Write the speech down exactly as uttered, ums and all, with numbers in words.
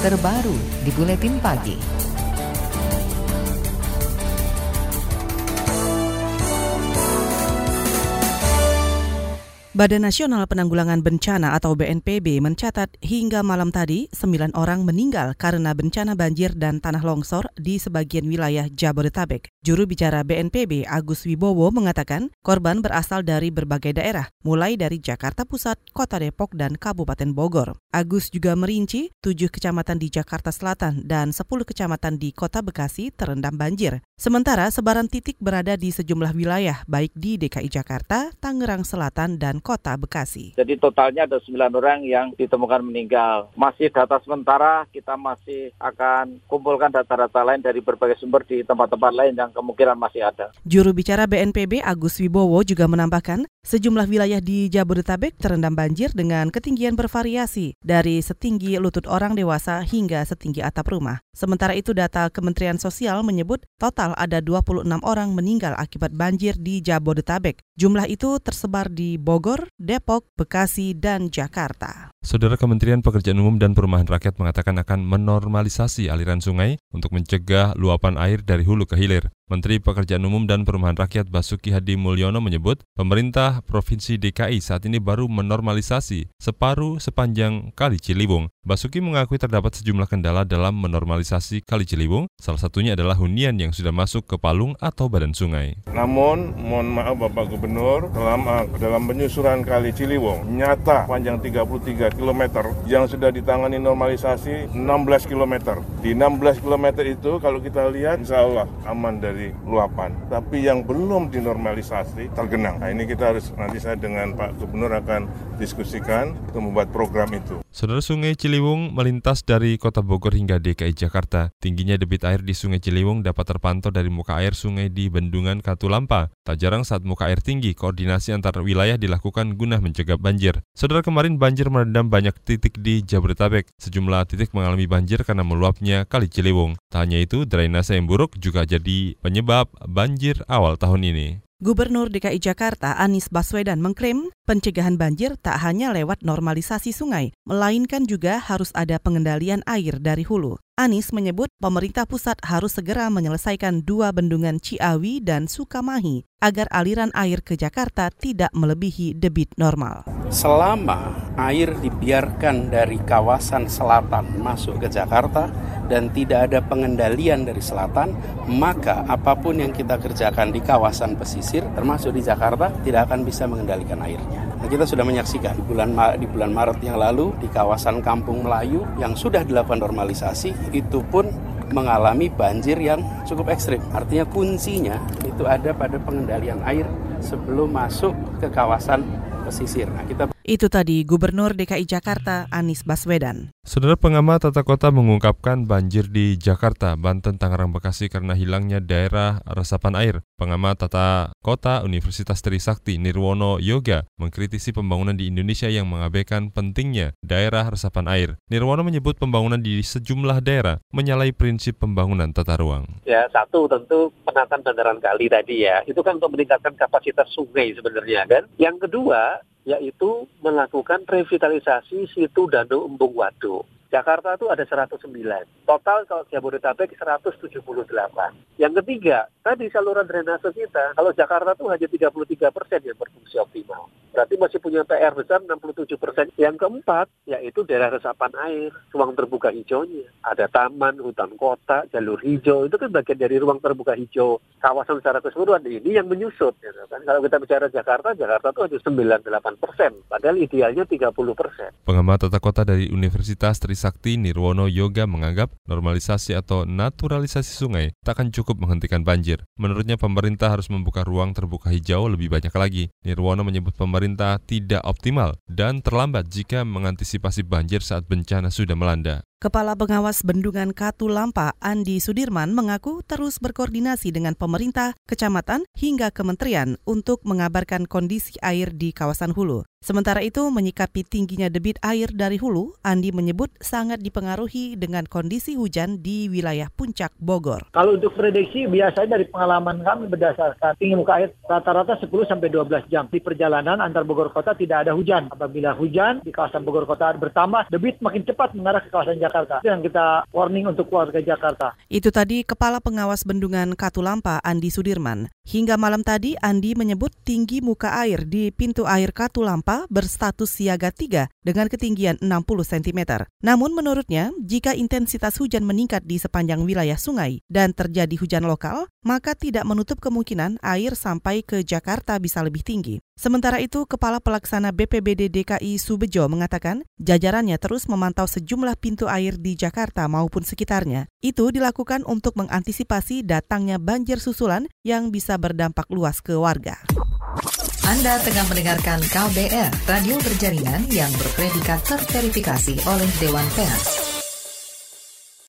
terbaru di Buletin Pagi. Badan Nasional Penanggulangan Bencana atau B N P B mencatat hingga malam tadi sembilan orang meninggal karena bencana banjir dan tanah longsor di sebagian wilayah Jabodetabek. Juru bicara B N P B Agus Wibowo mengatakan korban berasal dari berbagai daerah, mulai dari Jakarta Pusat, Kota Depok, dan Kabupaten Bogor. Agus juga merinci tujuh kecamatan di Jakarta Selatan dan sepuluh kecamatan di Kota Bekasi terendam banjir. Sementara sebaran titik berada di sejumlah wilayah baik di D K I Jakarta, Tangerang Selatan, dan Kota Bekasi. Jadi totalnya ada sembilan orang yang ditemukan meninggal. Masih data sementara, kita masih akan kumpulkan data-data lain dari berbagai sumber di tempat-tempat lain yang kemungkinan masih ada. Juru bicara B N P B Agus Wibowo juga menambahkan sejumlah wilayah di Jabodetabek terendam banjir dengan ketinggian bervariasi dari setinggi lutut orang dewasa hingga setinggi atap rumah. Sementara itu data Kementerian Sosial menyebut total ada dua puluh enam orang meninggal akibat banjir di Jabodetabek. Jumlah itu tersebar di Bogor, Depok, Bekasi, dan Jakarta. Saudara Kementerian Pekerjaan Umum dan Perumahan Rakyat mengatakan akan menormalisasi aliran sungai untuk mencegah luapan air dari hulu ke hilir. Menteri Pekerjaan Umum dan Perumahan Rakyat Basuki Hadi Mulyono menyebut pemerintah Provinsi D K I saat ini baru menormalisasi separuh sepanjang Kali Ciliwung. Basuki mengakui terdapat sejumlah kendala dalam menormalisasi Kali Ciliwung, salah satunya adalah hunian yang sudah masuk ke palung atau badan sungai. Namun, mohon maaf Bapak Gubernur, dalam, dalam penyusuran Kali Ciliwung, nyata panjang tiga puluh tiga kilometer yang sudah ditangani normalisasi enam belas kilometer. Di enam belas kilometer itu kalau kita lihat insya Allah aman dari luapan. Tapi yang belum dinormalisasi tergenang. Nah ini kita harus, nanti saya dengan Pak Gubernur akan diskusikan untuk membuat program itu. Saudara, Sungai Ciliwung melintas dari Kota Bogor hingga D K I Jakarta. Tingginya debit air di Sungai Ciliwung dapat terpantau dari muka air sungai di Bendungan Katulampa. Tak jarang saat muka air tinggi, koordinasi antar wilayah dilakukan guna mencegah banjir. Saudara, kemarin banjir merendam banyak titik di Jabodetabek. Sejumlah titik mengalami banjir karena meluapnya Kali Ciliwung. Tak hanya itu, drainase yang buruk juga jadi penyebab banjir awal tahun ini. Gubernur D K I Jakarta Anies Baswedan mengklaim pencegahan banjir tak hanya lewat normalisasi sungai, melainkan juga harus ada pengendalian air dari hulu. Anies menyebut pemerintah pusat harus segera menyelesaikan dua bendungan Ciawi dan Sukamahi agar aliran air ke Jakarta tidak melebihi debit normal. Selama air dibiarkan dari kawasan selatan masuk ke Jakarta dan tidak ada pengendalian dari selatan, maka apapun yang kita kerjakan di kawasan pesisir, termasuk di Jakarta, tidak akan bisa mengendalikan airnya. Nah, kita sudah menyaksikan di bulan di bulan Maret yang lalu di kawasan Kampung Melayu yang sudah dilakukan normalisasi, itu pun mengalami banjir yang cukup ekstrim. Artinya kuncinya itu ada pada pengendalian air sebelum masuk ke kawasan pesisir. Nah, kita Itu tadi Gubernur D K I Jakarta Anies Baswedan. Saudara, pengamat tata kota mengungkapkan banjir di Jakarta, Banten, Tangerang, Bekasi karena hilangnya daerah resapan air. Pengamat tata kota Universitas Trisakti Nirwono Yoga mengkritisi pembangunan di Indonesia yang mengabaikan pentingnya daerah resapan air. Nirwono menyebut pembangunan di sejumlah daerah menyalahi prinsip pembangunan tata ruang. Ya, satu tentu penataan bandaran kali tadi ya. Itu kan untuk meningkatkan kapasitas sungai sebenarnya kan. Yang kedua, yaitu melakukan revitalisasi situ Danau Embung Waduk. Jakarta itu ada seratus sembilan. Total kalau Jabodetabek seratus tujuh puluh delapan. Yang ketiga, tadi saluran drainase kita, kalau Jakarta itu hanya tiga puluh tiga persen yang berfungsi optimal. Berarti masih punya P R besar enam puluh tujuh persen. Yang keempat, yaitu daerah resapan air, ruang terbuka hijaunya. Ada taman, hutan kota, jalur hijau, itu kan bagian dari ruang terbuka hijau. Kawasan secara keseluruhan ini yang menyusut. Gitu kan. Kalau kita bicara Jakarta, Jakarta itu hanya sembilan puluh delapan persen. Padahal idealnya tiga puluh persen. Pengamat tata kota dari Universitas Trisakti Nirwono Yoga menganggap normalisasi atau naturalisasi sungai tak akan cukup menghentikan banjir. Menurutnya pemerintah harus membuka ruang terbuka hijau lebih banyak lagi. Nirwono menyebut pemerintah tidak optimal dan terlambat jika mengantisipasi banjir saat bencana sudah melanda. Kepala Pengawas Bendungan Katulampa Andi Sudirman mengaku terus berkoordinasi dengan pemerintah, kecamatan, hingga kementerian untuk mengabarkan kondisi air di kawasan hulu. Sementara itu, menyikapi tingginya debit air dari hulu, Andi menyebut sangat dipengaruhi dengan kondisi hujan di wilayah Puncak Bogor. Kalau untuk prediksi, biasanya dari pengalaman kami berdasarkan tinggi muka air rata-rata sepuluh sampai dua belas jam. Di perjalanan antar Bogor Kota tidak ada hujan. Apabila hujan di kawasan Bogor Kota bertambah, debit makin cepat mengarah ke kawasan Jakarta. Jakarta. Itu yang kita warning untuk warga Jakarta. Itu tadi Kepala Pengawas Bendungan Katulampa, Andi Sudirman. Hingga malam tadi, Andi menyebut tinggi muka air di pintu air Katulampa berstatus siaga tiga dengan ketinggian enam puluh sentimeter. Namun menurutnya, jika intensitas hujan meningkat di sepanjang wilayah sungai dan terjadi hujan lokal, maka tidak menutup kemungkinan air sampai ke Jakarta bisa lebih tinggi. Sementara itu, Kepala Pelaksana B P B D D K I Subejo mengatakan jajarannya terus memantau sejumlah pintu air di Jakarta maupun sekitarnya. Itu dilakukan untuk mengantisipasi datangnya banjir susulan yang bisa berdampak luas ke warga. Anda tengah mendengarkan K B R, radio berjaringan yang berpredikat terverifikasi oleh Dewan Pers.